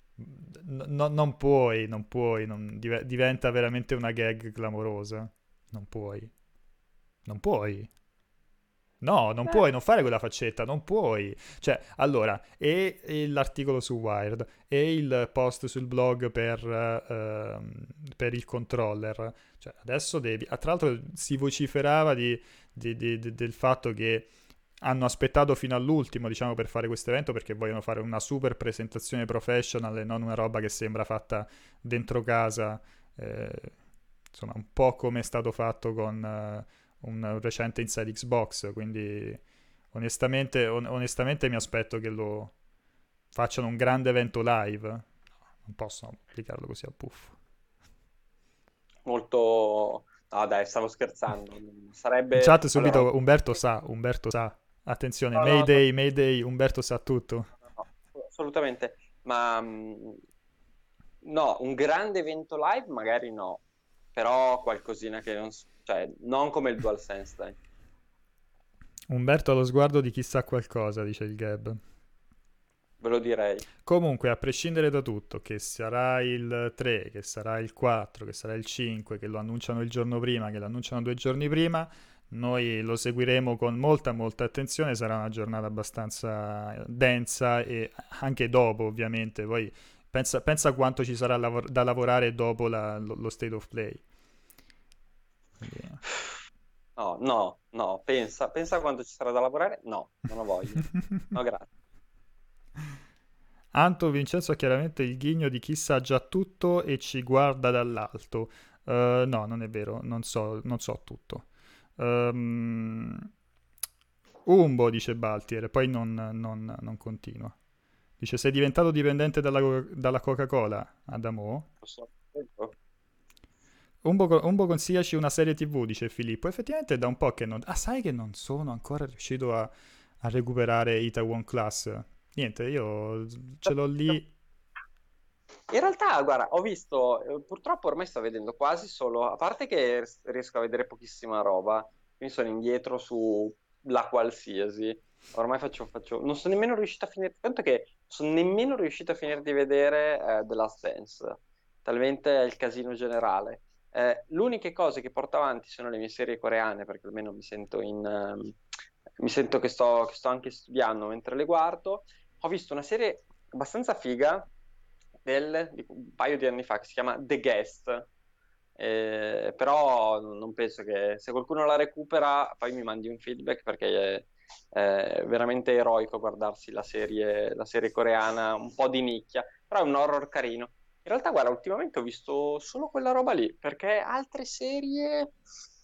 non puoi, diventa veramente una gag clamorosa. Non puoi, non puoi. No, non Eh, puoi non fare quella faccetta, non puoi. Cioè, allora, e l'articolo su Wired, e il post sul blog per il controller. Cioè, adesso devi... Tra l'altro si vociferava del fatto che hanno aspettato fino all'ultimo, diciamo, per fare questo evento perché vogliono fare una super presentazione professional e non una roba che sembra fatta dentro casa, eh, insomma, un po' come è stato fatto con un recente Inside Xbox, quindi onestamente mi aspetto che lo facciano un grande evento live. Non possono applicarlo così a buffo. molto... No, dai, stavo scherzando. In Sarebbe... chat Allora, subito Umberto sa. Attenzione, no, no, Mayday, Umberto sa tutto. no, assolutamente. Ma no, un grande evento live magari no, però qualcosina che non... Cioè, non come il DualSense, dai. Umberto ha lo sguardo di chi sa qualcosa, dice il Gab. Ve lo direi. Comunque, a prescindere da tutto, che sarà il 3, che sarà il 4, che sarà il 5, che lo annunciano il giorno prima, che lo annunciano 2 giorni prima, Noi lo seguiremo con molta molta attenzione, sarà una giornata abbastanza densa e anche dopo ovviamente, poi pensa quanto ci sarà da lavorare dopo lo State of Play. Quindi... No, no, no, pensa quanto ci sarà da lavorare. No, non lo voglio. No, grazie. Anto Vincenzo ha chiaramente il ghigno di chi sa già tutto e ci guarda dall'alto. No, non è vero, non so tutto. Umbo, dice Baltier, poi non continua. Dice, sei diventato dipendente dalla Coca-Cola, Adamo? Lo so. Umbo consigliaci una serie TV, dice Filippo. Effettivamente è da un po' che non... Ah, sai che non sono ancora riuscito a recuperare Itaewon Class? Niente, io ce l'ho lì. In realtà, guarda, ho visto, purtroppo ormai sto vedendo quasi solo, a parte che riesco a vedere pochissima roba, quindi sono indietro sulla qualsiasi. Ormai non sono nemmeno riuscito a finire, conto che sono nemmeno riuscito a finire di vedere The Last Dance, talmente è il casino generale. Le uniche cose che porto avanti sono le mie serie coreane, perché almeno mi sento che sto anche studiando mentre le guardo. Ho visto una serie abbastanza figa di un paio di anni fa che si chiama The Guest. Però non penso che se qualcuno la recupera poi mi mandi un feedback, perché è veramente eroico guardarsi la serie coreana un po' di nicchia, però è un horror carino. In realtà, guarda, ultimamente ho visto solo quella roba lì, perché altre serie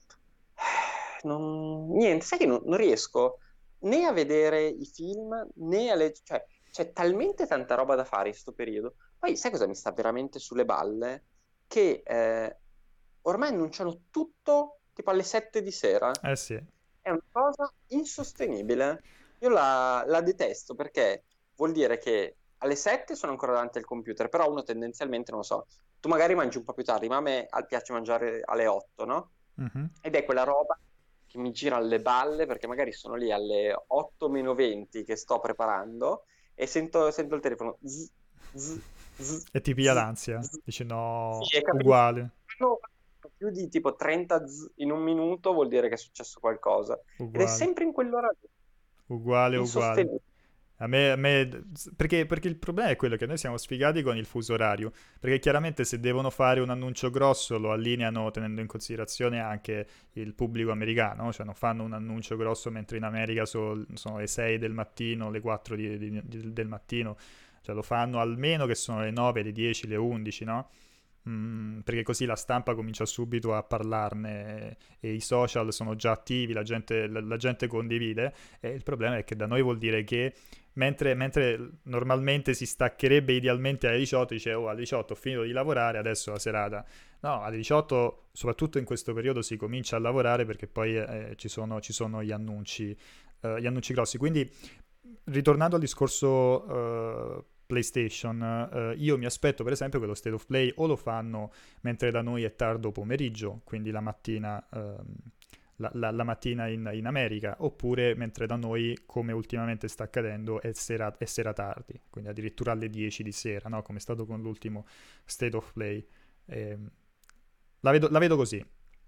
niente, sai che non riesco né a vedere i film né a leggere, cioè c'è talmente tanta roba da fare in questo periodo. Poi sai cosa mi sta veramente sulle balle? Che ormai annunciano tutto tipo alle 7 di sera. Eh sì. È una cosa insostenibile. Io la detesto, perché vuol dire che alle 7 sono ancora davanti al computer, però uno tendenzialmente, non lo so, tu magari mangi un po' più tardi, ma a me piace mangiare alle 8, no? Mhm. Ed è quella roba che mi gira alle balle, perché magari sono lì alle 8 meno 20 che sto preparando e sento il telefono. Zzz, zzz, zzz, E ti piglia zzz, l'ansia. zzz. Dici Sì, no, hai capito? uguale, No, più di tipo 30 in un minuto vuol dire che è successo qualcosa. Ed è uguale, sempre in quell'ora lì, uguale, uguale. insostenibile. Perché il problema è quello che noi siamo sfigati con il fuso orario, perché chiaramente se devono fare un annuncio grosso lo allineano tenendo in considerazione anche il pubblico americano, cioè non fanno un annuncio grosso mentre in America sono le 6 del mattino, le 4 del mattino, cioè lo fanno almeno che sono le 9, le 10, le 11, no? Perché così la stampa comincia subito a parlarne e i social sono già attivi, la gente condivide e il problema è che da noi vuol dire che mentre normalmente si staccherebbe idealmente alle 18, dice oh alle 18 ho finito di lavorare, adesso la serata. No, alle 18, soprattutto in questo periodo, si comincia a lavorare perché poi ci sono gli annunci grossi. Quindi, ritornando al discorso PlayStation, io mi aspetto per esempio che lo State of Play o lo fanno mentre da noi è tardo pomeriggio, quindi la mattina, la mattina in America, oppure mentre da noi, come ultimamente sta accadendo, è sera tardi, quindi addirittura alle 10 di sera, no? Come è stato con l'ultimo State of Play. Ehm, la vedo così.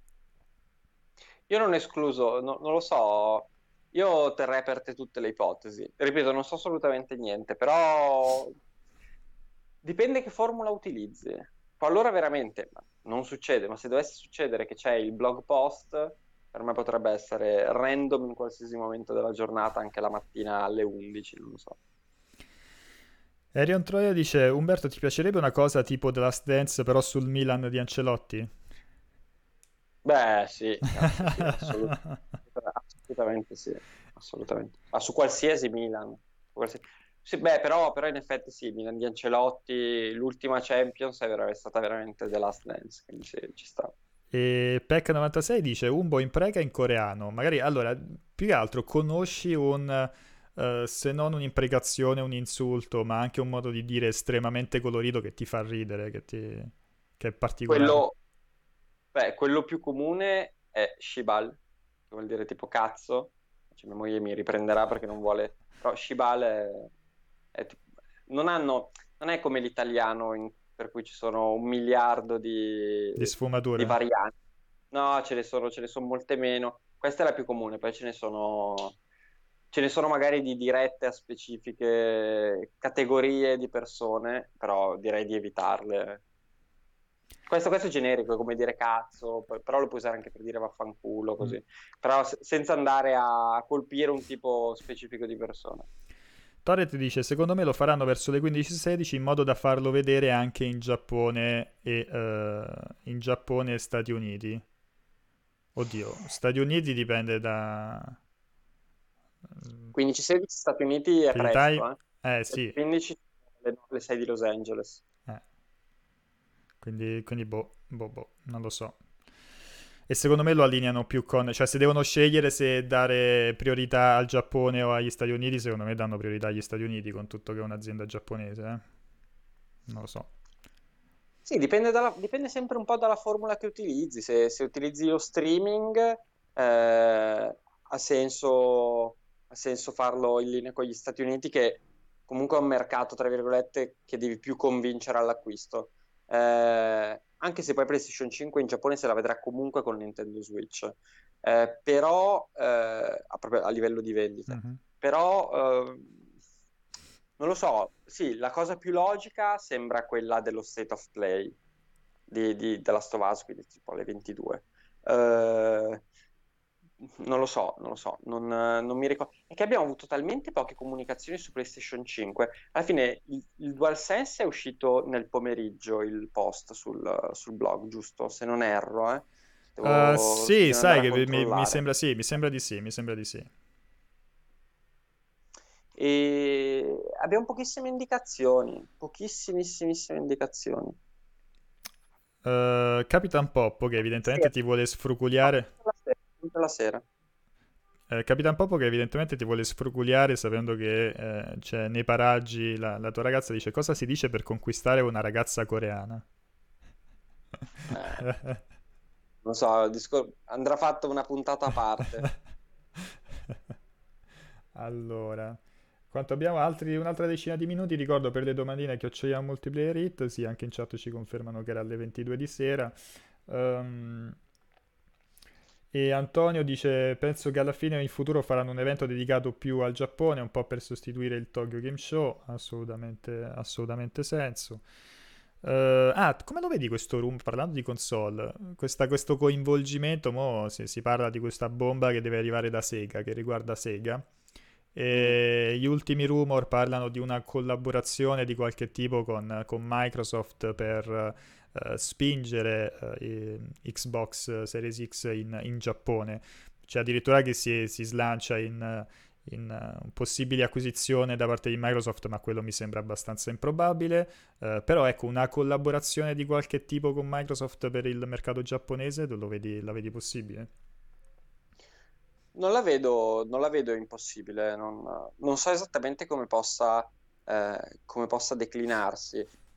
Io non escluso, non lo so, io terrei aperte tutte le ipotesi. Ripeto, non so assolutamente niente, però dipende che formula utilizzi. Qualora veramente, ma non succede, ma se dovesse succedere che c'è il blog post, per me potrebbe essere random in qualsiasi momento della giornata, anche la mattina alle 11, non lo so. Arion Troia dice: Umberto, ti piacerebbe una cosa tipo The Last Dance, però sul Milan di Ancelotti? Beh, sì, cazzo, sì, assolutamente sì, assolutamente. Ma su qualsiasi Milan. Sì, beh, però in effetti sì, Milan di Ancelotti, l'ultima Champions è stata veramente The Last Dance, quindi sì, ci sta. E Peck96 dice: Umbo in prega in coreano. Magari, allora, più che altro conosci se non un'imprecazione, un insulto, ma anche un modo di dire estremamente colorito che ti fa ridere, che è particolare. Quello, quello più comune è Shibal, che vuol dire tipo cazzo. Cioè, mia moglie mi riprenderà perché non vuole, però Shibal è tipo- non hanno, non è come l'italiano per cui ci sono un miliardo Di di sfumature. varianti. No, ce ne sono molte meno. Questa è la più comune, poi ce ne sono magari di dirette a specifiche categorie di persone, però direi di evitarle. Questo è generico, è come dire cazzo, però lo puoi usare anche per dire vaffanculo, Mm. così. Però senza andare a colpire un tipo specifico di persona. Torret dice, secondo me lo faranno verso le 15-16 in modo da farlo vedere anche in Giappone e Stati Uniti. Oddio, Stati Uniti dipende da... 15-16 Stati Uniti è per i time... presto, eh? Le Sì, 15 le 6 di Los Angeles. eh. Quindi boh, non lo so. E secondo me lo allineano più con... Cioè, se devono scegliere se dare priorità al Giappone o agli Stati Uniti, secondo me danno priorità agli Stati Uniti, con tutto che è un'azienda giapponese, eh. Non lo so. Sì, dipende sempre un po' dalla formula che utilizzi. Se utilizzi lo streaming, ha senso farlo in linea con gli Stati Uniti, che comunque è un mercato, tra virgolette, che devi più convincere all'acquisto. Anche se poi PlayStation 5 in Giappone se la vedrà comunque con Nintendo Switch. Però, proprio a livello di vendite. Mhm. Però, non lo so, sì, la cosa più logica sembra quella dello State of Play The Last of Us, quindi tipo alle 22. Eh, non lo so, non mi ricordo. È che abbiamo avuto talmente poche comunicazioni su PlayStation 5. Alla fine il DualSense è uscito nel pomeriggio, il post sul blog, giusto? Se non erro, eh. Sì, Bisogna sai andare a che mi controllare. sembra sì, mi sembra di sì, mi sembra di sì. E abbiamo pochissime indicazioni, pochissimissimissime indicazioni. Capitan Poppo che Sì, evidentemente ti vuole sfruculiare. tutta la sera. Capitan Poppo che evidentemente ti vuole sfruculiare sapendo che c'è nei paraggi la tua ragazza dice cosa si dice per conquistare una ragazza coreana. Eh, non so, andrà fatta una puntata a parte. Allora, quanto abbiamo altri un'altra decina di minuti, ricordo per le domandine che ho multiplayer hit, sì, anche in chat ci confermano che era alle 22 di sera. Ehm, e Antonio dice, penso che alla fine in futuro faranno un evento dedicato più al Giappone, un po' per sostituire il Tokyo Game Show, assolutamente senso. Come lo vedi questo room, parlando di console, questo coinvolgimento, mo si parla di questa bomba che deve arrivare da Sega, che riguarda Sega, Mm. e gli ultimi rumor parlano di una collaborazione di qualche tipo con Microsoft per spingere Xbox Series X in Giappone. C'è addirittura che si slancia in possibili acquisizione da parte di Microsoft, ma quello mi sembra abbastanza improbabile. Però ecco, una collaborazione di qualche tipo con Microsoft per il mercato giapponese, la vedi possibile? Non la vedo impossibile, non so esattamente come possa declinarsi.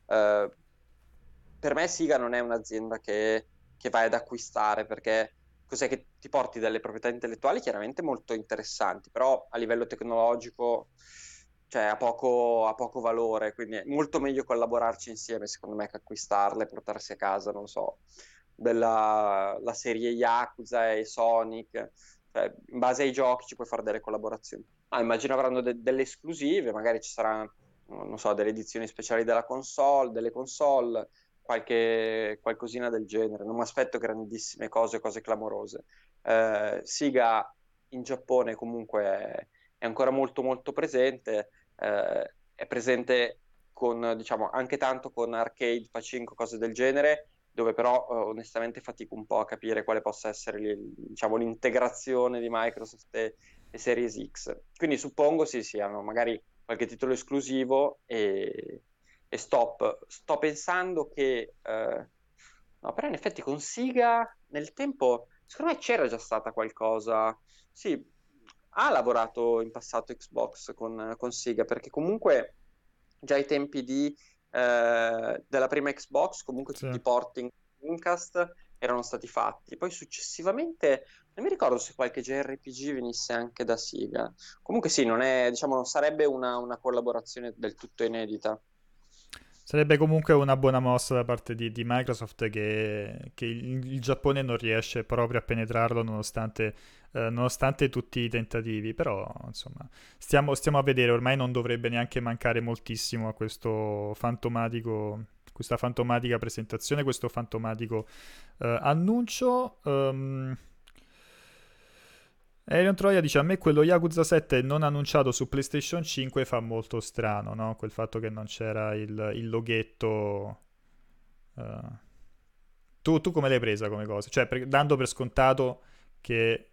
Per me Siga non è un'azienda che vai ad acquistare, perché cos'è che ti porti delle proprietà intellettuali chiaramente molto interessanti, però a livello tecnologico, cioè, ha poco valore, quindi è molto meglio collaborarci insieme, secondo me, che acquistarle e portarsi a casa, non so, la serie Yakuza e Sonic. Cioè, in base ai giochi ci puoi fare delle collaborazioni. Immagino avranno delle esclusive, magari ci saranno, non so, delle edizioni speciali delle console, qualcosina del genere. Non mi aspetto grandissime cose clamorose. Siga in Giappone comunque è ancora molto molto presente, è presente con, diciamo, anche tanto con arcade, pachinko, cose del genere, dove però onestamente fatico un po' a capire quale possa essere diciamo, l'integrazione di Microsoft e Series X. Quindi suppongo sì, siano magari qualche titolo esclusivo e stop. Sto pensando che... no, però in effetti con Siga nel tempo, secondo me c'era già stata qualcosa. Sì, ha lavorato in passato Xbox con Siga, perché comunque già ai tempi della prima Xbox, comunque Sì. tutti i porting Dreamcast erano stati fatti. Poi successivamente, non mi ricordo se qualche JRPG venisse anche da Siga. Comunque sì, non è, diciamo, non sarebbe una collaborazione del tutto inedita. Sarebbe comunque una buona mossa da parte di Microsoft che il Giappone non riesce proprio a penetrarlo nonostante tutti i tentativi, però insomma stiamo a vedere, ormai non dovrebbe neanche mancare moltissimo a questa fantomatica presentazione, questo fantomatico annuncio. Aerion Troia dice: a me quello Yakuza 7 non annunciato su PlayStation 5 fa molto strano, no? Quel fatto che non c'era il loghetto. eh. Tu come l'hai presa come cosa? Cioè, dando per scontato che.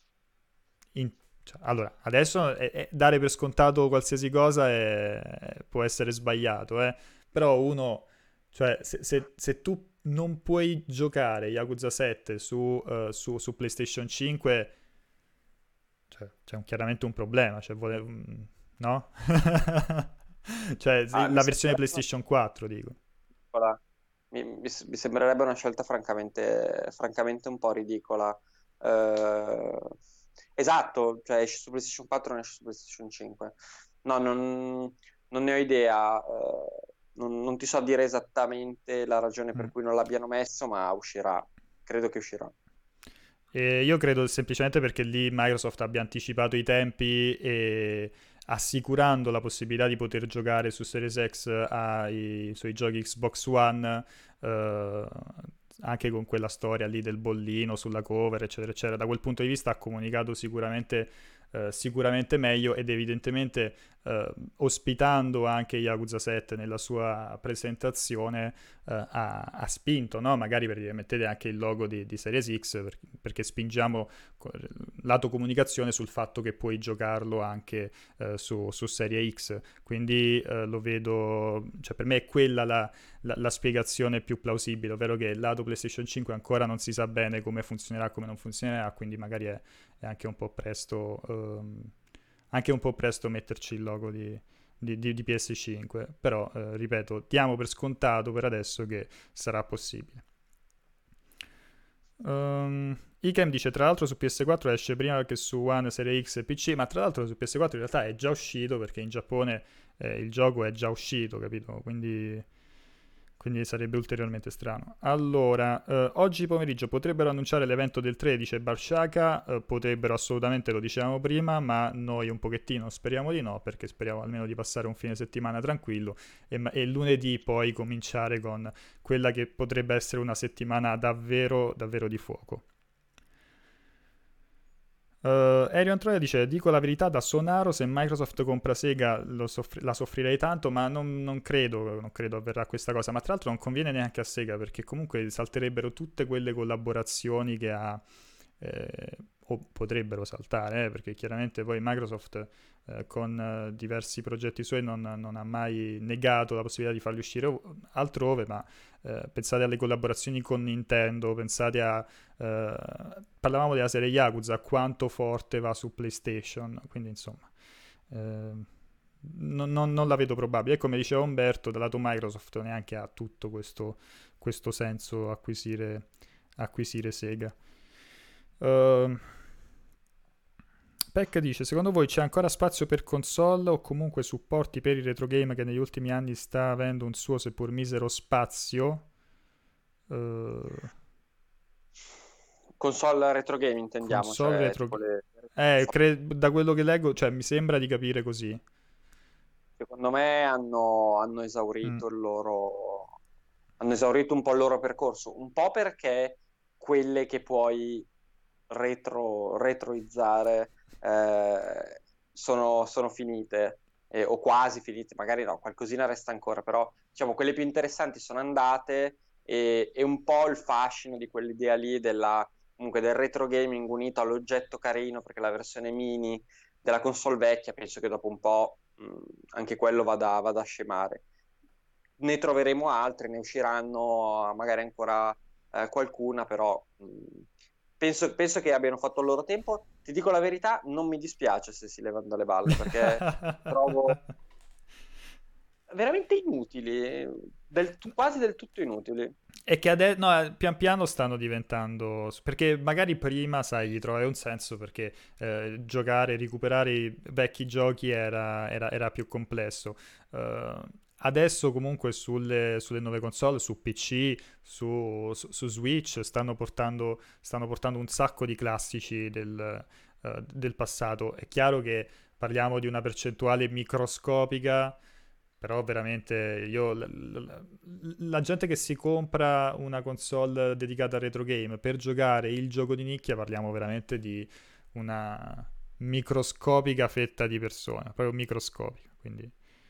Allora, adesso dare per scontato qualsiasi cosa può essere sbagliato, eh? Però uno. Cioè, se tu non puoi giocare Yakuza 7 su PlayStation 5, cioè, c'è chiaramente un problema, cioè no? Cioè, Mi la versione sembrerebbe PlayStation 4, dico. ridicola. Mi sembrerebbe una scelta francamente un po' ridicola. Eh, esatto, cioè esce su PlayStation 4 non esce su PlayStation 5. No, non ne ho idea. Non ti so dire esattamente la ragione per Mm. cui non l'abbiano messo, ma uscirà. Credo che uscirà. E io credo semplicemente perché lì Microsoft abbia anticipato i tempi e assicurando la possibilità di poter giocare su Series X sui giochi Xbox One, eh, anche con quella storia lì del bollino sulla cover, eccetera, eccetera. Da quel punto di vista ha comunicato sicuramente meglio ed evidentemente ospitando anche Yakuza 7 nella sua presentazione ha spinto, no? Magari per dire mettete anche il logo di Series X perché spingiamo lato comunicazione sul fatto che puoi giocarlo anche su Serie X, quindi lo vedo, cioè per me è quella la spiegazione più plausibile, ovvero che il lato PlayStation 5 ancora non si sa bene come funzionerà, come non funzionerà, quindi magari è anche un po' presto metterci il logo di PS5, però ripeto, diamo per scontato per adesso che sarà possibile. Ikem dice tra l'altro su PS4 esce prima che su One, Serie X e PC, ma tra l'altro su PS4 in realtà è già uscito perché in Giappone il gioco è già uscito, capito? Quindi sarebbe ulteriormente strano. Allora, oggi pomeriggio potrebbero annunciare l'evento del 13 Barshaka, potrebbero assolutamente, lo dicevamo prima, ma noi un pochettino speriamo di no, perché speriamo almeno di passare un fine settimana tranquillo e lunedì poi cominciare con quella che potrebbe essere una settimana davvero, davvero di fuoco. Arion Troia dice: dico la verità, da Sonaro, se Microsoft compra Sega la soffrirei tanto, ma non credo avverrà questa cosa. Ma tra l'altro non conviene neanche a Sega perché comunque salterebbero tutte quelle collaborazioni che ha, eh, o potrebbero saltare, perché chiaramente poi Microsoft con diversi progetti suoi non ha mai negato la possibilità di farli uscire altrove, ma pensate alle collaborazioni con Nintendo, pensate parlavamo della serie Yakuza, quanto forte va su PlayStation, quindi insomma non la vedo probabile. E come diceva Umberto, dal lato Microsoft neanche ha tutto questo senso acquisire Sega. Peck dice: secondo voi c'è ancora spazio per console o comunque supporti per il retro game che negli ultimi anni sta avendo un suo seppur misero spazio? Console retro game intendiamo, Console cioè retro tipo game. le. Da quello che leggo, cioè mi sembra di capire così. Secondo me hanno Mm. hanno esaurito un po' il loro percorso, un po' perché quelle che puoi retroizzare sono finite, o quasi finite, magari no, qualcosina resta ancora, però diciamo quelle più interessanti sono andate e un po' il fascino di quell'idea lì comunque del retro gaming unito all'oggetto carino, perché la versione mini della console vecchia penso che dopo un po' anche quello vada a scemare. Ne troveremo altre, ne usciranno magari ancora qualcuna, però penso che abbiano fatto il loro tempo. Ti dico la verità, non mi dispiace se si levano dalle balle, perché trovo veramente inutili, quasi del tutto inutili. E che adesso, no, pian piano stanno diventando. Perché magari prima, sai, gli trovai un senso perché giocare, recuperare i vecchi giochi era più complesso. adesso comunque sulle nuove console, su PC, su Switch, stanno portando un sacco di classici del passato. È chiaro che parliamo di una percentuale microscopica, però veramente la gente che si compra una console dedicata a retro game per giocare il gioco di nicchia, parliamo veramente di una microscopica fetta di persone, proprio microscopica. Quindi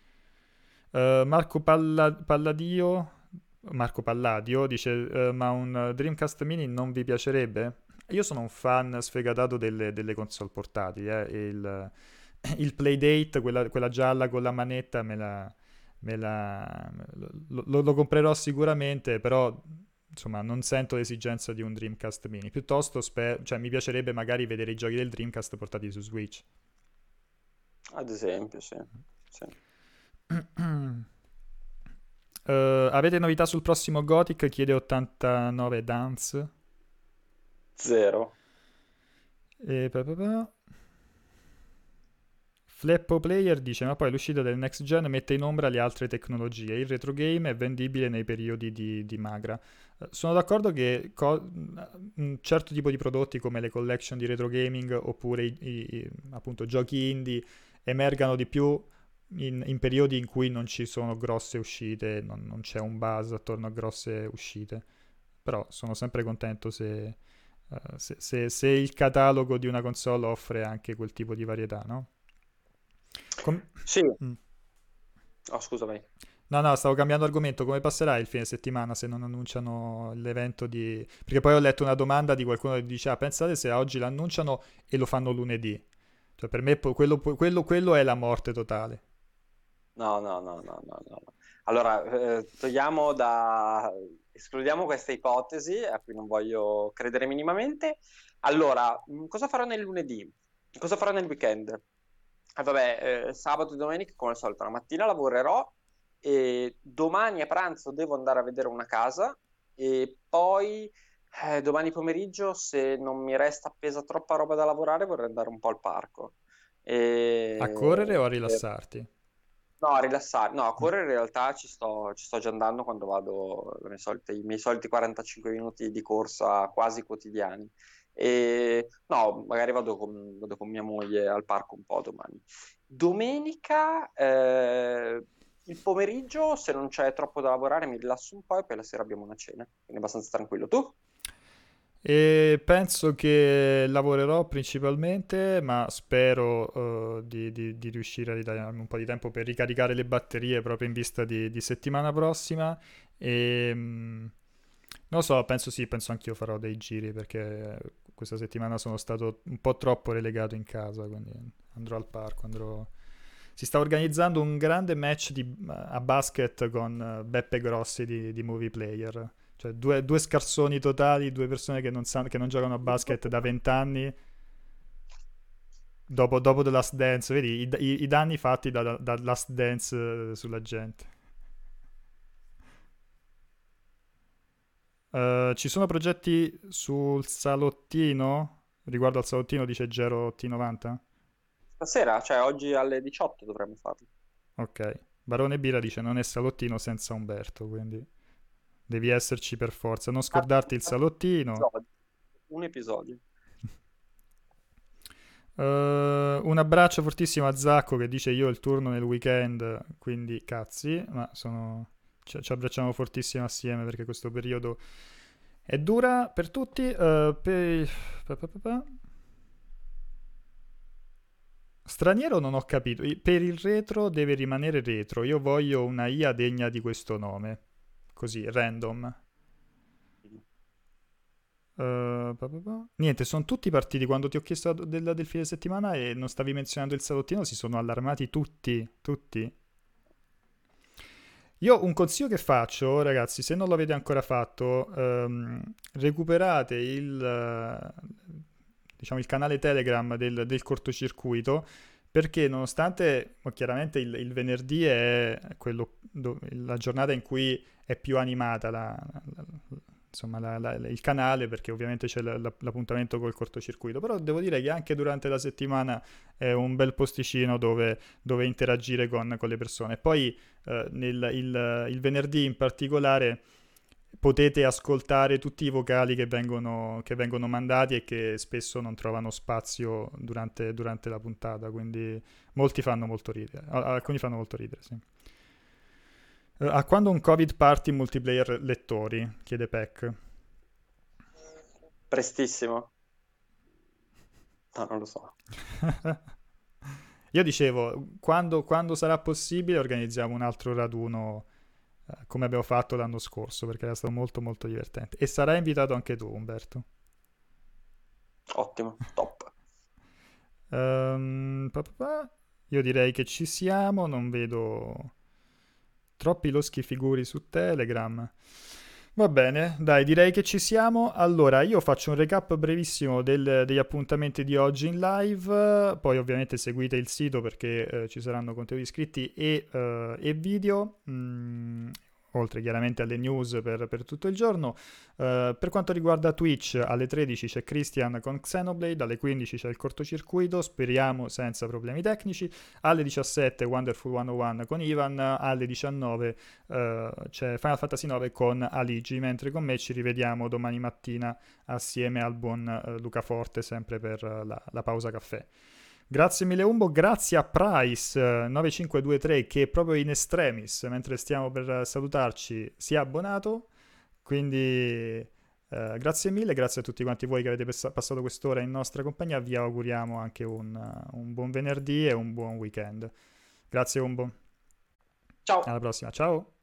Marco Palladio dice: ma un Dreamcast Mini non vi piacerebbe? Io sono un fan sfegatato delle console portatili. Il Playdate, quella gialla con la manetta, lo comprerò sicuramente, però insomma non sento l'esigenza di un Dreamcast Mini. Piuttosto cioè, mi piacerebbe magari vedere i giochi del Dreamcast portati su Switch. Ad esempio, sì. Sì. Avete novità sul prossimo Gothic? Chiede 89 Dance. Zero. E Fleppo Player dice: ma poi l'uscita del next gen mette in ombra le altre tecnologie. Il retro game è vendibile nei periodi di magra. Sono d'accordo che un certo tipo di prodotti come le collection di retro gaming oppure appunto giochi indie emergano di più in periodi in cui non ci sono grosse uscite, non c'è un buzz attorno a grosse uscite. Però sono sempre contento se il catalogo di una console offre anche quel tipo di varietà, no? Sì. Mm. Oh, scusa, vai. No, no, stavo cambiando argomento. Come passerà il fine settimana se non annunciano l'evento di... Perché poi ho letto una domanda di qualcuno che dice: ah, pensate se oggi l'annunciano e lo fanno lunedì. Cioè, per me quello è la morte totale. No, no, no, no, no, no. Allora, escludiamo questa ipotesi a cui non voglio credere minimamente. Allora, cosa farò nel lunedì? Cosa farò nel weekend? Vabbè, sabato e domenica, come al solito, la mattina lavorerò e domani a pranzo devo andare a vedere una casa e poi domani pomeriggio, se non mi resta appesa troppa roba da lavorare, vorrei andare un po' al parco. A correre o a Per- rilassarti? No, a rilassare. No, a Mm. correre in realtà ci sto già andando quando vado i miei soliti 45 minuti di corsa quasi quotidiani. E no, magari vado con mia moglie al parco un po' domani. Domenica, il pomeriggio, se non c'è troppo da lavorare, mi rilasso un po' e poi la sera abbiamo una cena. Quindi abbastanza tranquillo. Tu? E penso che lavorerò principalmente, ma spero di riuscire a ritagliarmi un po' di tempo per ricaricare le batterie proprio in vista di settimana prossima. E non lo so, penso sì, penso anch'io farò dei giri perché questa settimana sono stato un po' troppo relegato in casa, quindi andrò al parco, andrò... Si sta organizzando un grande match a basket con Beppe Grossi di Movie Player. Cioè, due scarsoni totali, due persone che non giocano a basket da 20 anni. Dopo The Last Dance, vedi i danni fatti da Last Dance sulla gente. Ci sono progetti sul salottino? Riguardo al salottino, dice Gero T90. Stasera, cioè oggi alle 18 dovremmo farlo. Ok. Barone Bira dice: non è salottino senza Umberto, quindi devi esserci per forza. Non scordarti il salottino. Un episodio. Un abbraccio fortissimo a Zacco che dice: io ho il turno nel weekend, quindi cazzi, ma ci abbracciamo fortissimo assieme perché questo periodo è dura per tutti. Straniero non ho capito. Per il retro deve rimanere retro. Io voglio una IA degna di questo nome. Così, random. Niente, sono tutti partiti. Quando ti ho chiesto del fine settimana e non stavi menzionando il salottino, si sono allarmati tutti, tutti. Io un consiglio che faccio, ragazzi, se non l'avete ancora fatto, recuperate diciamo, il canale Telegram del cortocircuito, perché nonostante chiaramente il venerdì è la giornata in cui è più animata insomma, il canale, perché ovviamente c'è l'appuntamento col cortocircuito, però devo dire che anche durante la settimana è un bel posticino dove interagire con le persone. Poi il venerdì in particolare potete ascoltare tutti i vocali che vengono mandati e che spesso non trovano spazio durante la puntata, quindi molti fanno molto ridere, alcuni fanno molto ridere, sì. A quando un Covid party multiplayer lettori? Chiede Peck. Prestissimo? No, non lo so. Io dicevo, quando sarà possibile organizziamo un altro raduno come abbiamo fatto l'anno scorso, perché era stato molto molto divertente. E sarai invitato anche tu, Umberto. Ottimo, top. Pa, pa, pa. Io direi che ci siamo, non vedo troppi loschi figuri su Telegram. Va bene, dai, direi che ci siamo. Allora, io faccio un recap brevissimo degli appuntamenti di oggi in live, poi ovviamente seguite il sito perché ci saranno contenuti iscritti e video, oltre chiaramente alle news per tutto il giorno. Per quanto riguarda Twitch, alle 13 c'è Christian con Xenoblade, alle 15 c'è il cortocircuito, speriamo senza problemi tecnici, alle 17 Wonderful 101 con Ivan, alle 19 c'è Final Fantasy 9 con Aligi, mentre con me ci rivediamo domani mattina assieme al buon Luca Forte, sempre per la pausa caffè. Grazie mille Umbo, grazie a Price 9523 che proprio in extremis, mentre stiamo per salutarci, si è abbonato, quindi grazie mille, grazie a tutti quanti voi che avete passato quest'ora in nostra compagnia, vi auguriamo anche un buon venerdì e un buon weekend. Grazie Umbo, Ciao. alla prossima, ciao!